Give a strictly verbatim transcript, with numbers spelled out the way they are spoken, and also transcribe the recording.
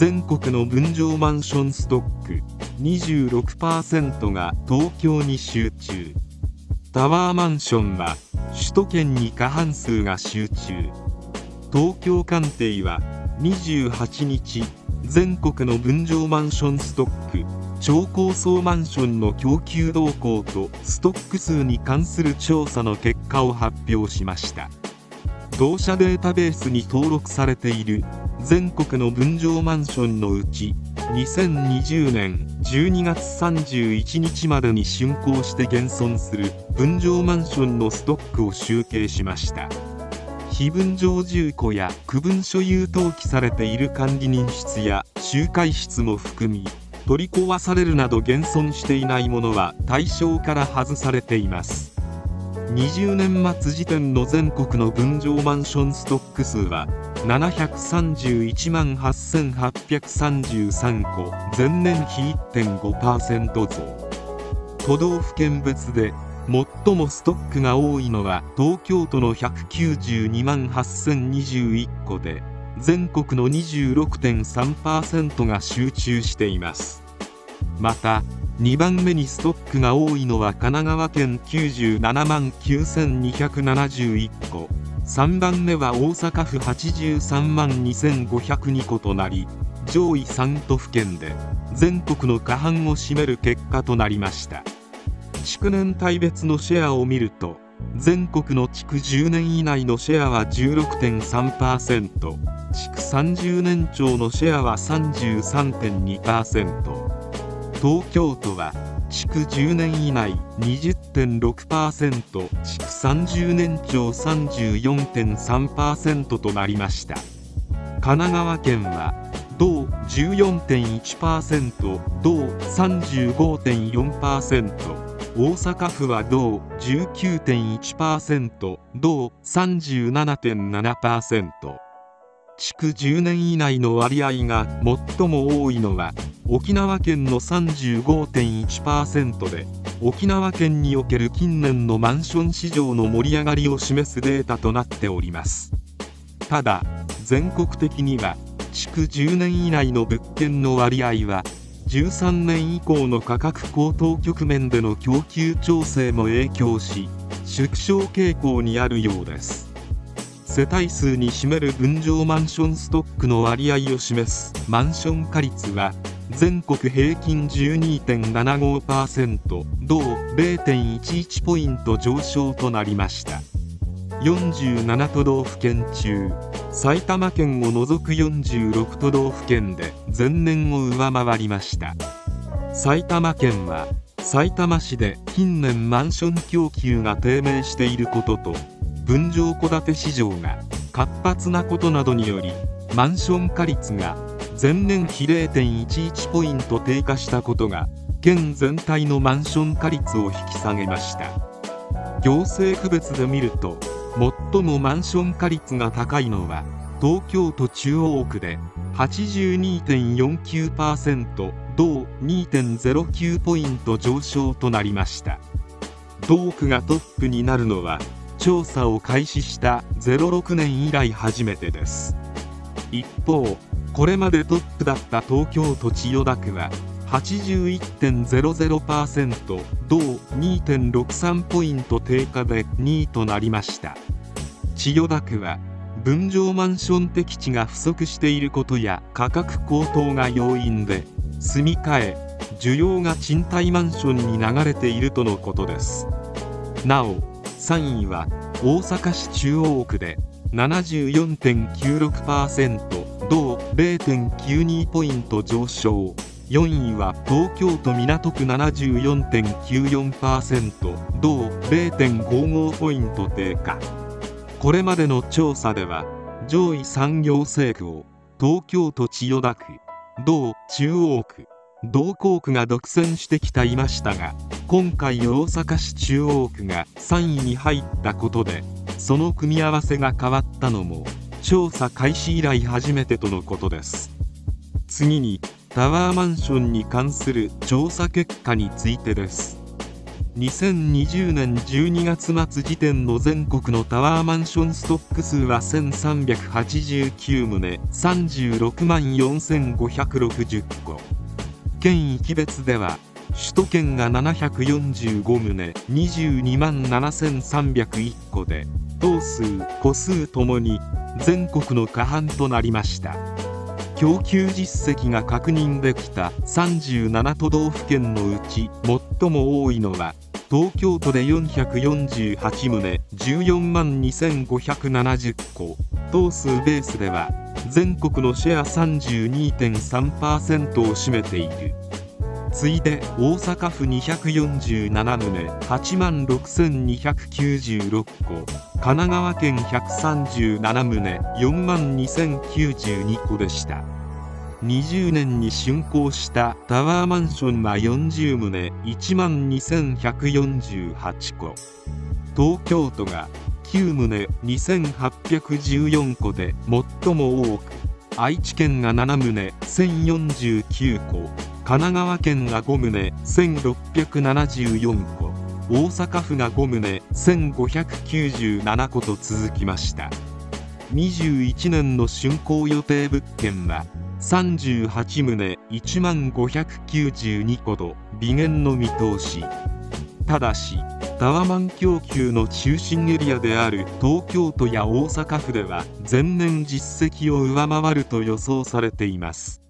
全国の分譲マンションストック にじゅうろくパーセント が東京に集中。タワーマンションは首都圏に過半数が集中。東京カンテイはにじゅうはちにち、全国の分譲マンションストック超高層マンションの供給動向とストック数に関する調査の結果を発表しました。同社データベースに登録されている全国の分譲マンションのうち、にせんにじゅうねんじゅうにがつさんじゅういちにちまでに竣工して現存する分譲マンションのストックを集計しました。非分譲住戸や区分所有登記されている管理人室や集会室も含み、取り壊されるなど現存していないものは対象から外されています。にじゅうねんまつ時点の全国の分譲マンションストック数はななひゃくさんじゅういちまんはっせんはっぴゃくさんじゅうさんこ、前年比 いってんごパーセント 増。都道府県別で最もストックが多いのは東京都のひゃくきゅうじゅうにまんはっせんにじゅういっこで、全国の にじゅうろくてんさんパーセント が集中しています。またにばんめにストックが多いのは神奈川県きゅうじゅうななまんきゅうせんにひゃくななじゅういっこ、さんばんめは大阪府はちじゅうさんまんにせんごひゃくにことなり、上位さんとふけんで全国の過半を占める結果となりました。築年帯別のシェアを見ると、全国の築じゅうねん以内のシェアは じゅうろくてんさんパーセント、築さんじゅうねん超のシェアは さんじゅうさんてんにパーセント、東京都は築じゅうねん以内 にじゅってんろくパーセント、築さんじゅうねん超 さんじゅうよんてんさんパーセント となりました。神奈川県は同 じゅうよんてんいちパーセント、同 さんじゅうごてんよんパーセント、大阪府は同 じゅうきゅうてんいちパーセント、同 さんじゅうななてんななパーセント。築じゅうねん以内の割合が最も多いのは沖縄県の さんじゅうごてんいちパーセント で、沖縄県における近年のマンション市場の盛り上がりを示すデータとなっております。ただ全国的には築じゅうねん以内の物件の割合はじゅうさんねん以降の価格高騰局面での供給調整も影響し、縮小傾向にあるようです。世帯数に占める分譲マンションストックの割合を示すマンション化率は全国平均 じゅうにてんななごパーセント、同 れいてんいちいち ポイント上昇となりました。よんじゅうなな都道府県中、埼玉県を除くよんじゅうろく都道府県で前年を上回りました。埼玉県はさいたま市で近年マンション供給が低迷していることと、分譲戸建て市場が活発なことなどによりマンション化率が前年比 れいてんいちいち ポイント低下したことが県全体のマンション化率を引き下げました。行政区別で見ると最もマンション化率が高いのは東京都中央区で はちじゅうにてんよんきゅうパーセント、同 にてんゼロきゅう ポイント上昇となりました。同区がトップになるのは調査を開始したゼロろくねん以来初めてです。一方、これまでトップだった東京都千代田区は はちじゅういってんゼロゼロパーセント、同 にてんろくさん ポイント低下でにいとなりました。千代田区は分譲マンション適地が不足していることや価格高騰が要因で住み替え、需要が賃貸マンションに流れているとのことです。なおさんいは大阪市中央区で ななじゅうよんてんきゅうろくパーセント、同 れいてんきゅうに ポイント上昇。よんいは東京都港区 ななじゅうよんてんきゅうよんパーセント、同 れいてんごご ポイント低下。これまでの調査では上位さん行政区を東京都千代田区、同中央区、同港区が独占してきていましたが、今回大阪市中央区がさんいに入ったことでその組み合わせが変わったのも調査開始以来初めてとのことです。次にタワーマンションに関する調査結果についてです。 にせんにじゅうねんじゅうにがつ末時点の全国のタワーマンションストック数はせんさんびゃくはちじゅうきゅうとう、さんじゅうろくまんよんせんごひゃくろくじゅっこ。県域別では首都圏がななひゃくよんじゅうごとう、にじゅうにまんななせんさんびゃくいっこで、棟数、戸数ともに全国の過半となりました。供給実績が確認できたさんじゅうななとどうふけんのうち最も多いのは東京都でよんひゃくよんじゅうはちとう、じゅうよんまんにせんごひゃくななじゅっこ。棟数ベースでは全国のシェア さんじゅうにてんさんパーセント を占めている。次いで大阪府にひゃくよんじゅうななとう、はちまんろくせんにひゃくきゅうじゅうろっこ。神奈川県ひゃくさんじゅうななとう、よんまんにせんきゅうじゅうにこでした。にじゅうねんに竣工したタワーマンションはよんじゅうとう、いちまんにせんひゃくよんじゅうはちこ。東京都がきゅうとう、にせんはっぴゃくじゅうよんこで最も多く、愛知県がななとう、せんよんじゅうきゅうこ。神奈川県がごとう、せんろっぴゃくななじゅうよんこ。大阪府がごとう、せんごひゃくきゅうじゅうななこと続きました。にじゅういちねんの竣工予定物件はさんじゅうはちとう、いちまんごひゃくきゅうじゅうにこと微減の見通し。ただしタワマン供給の中心エリアである東京都や大阪府では前年実績を上回ると予想されています。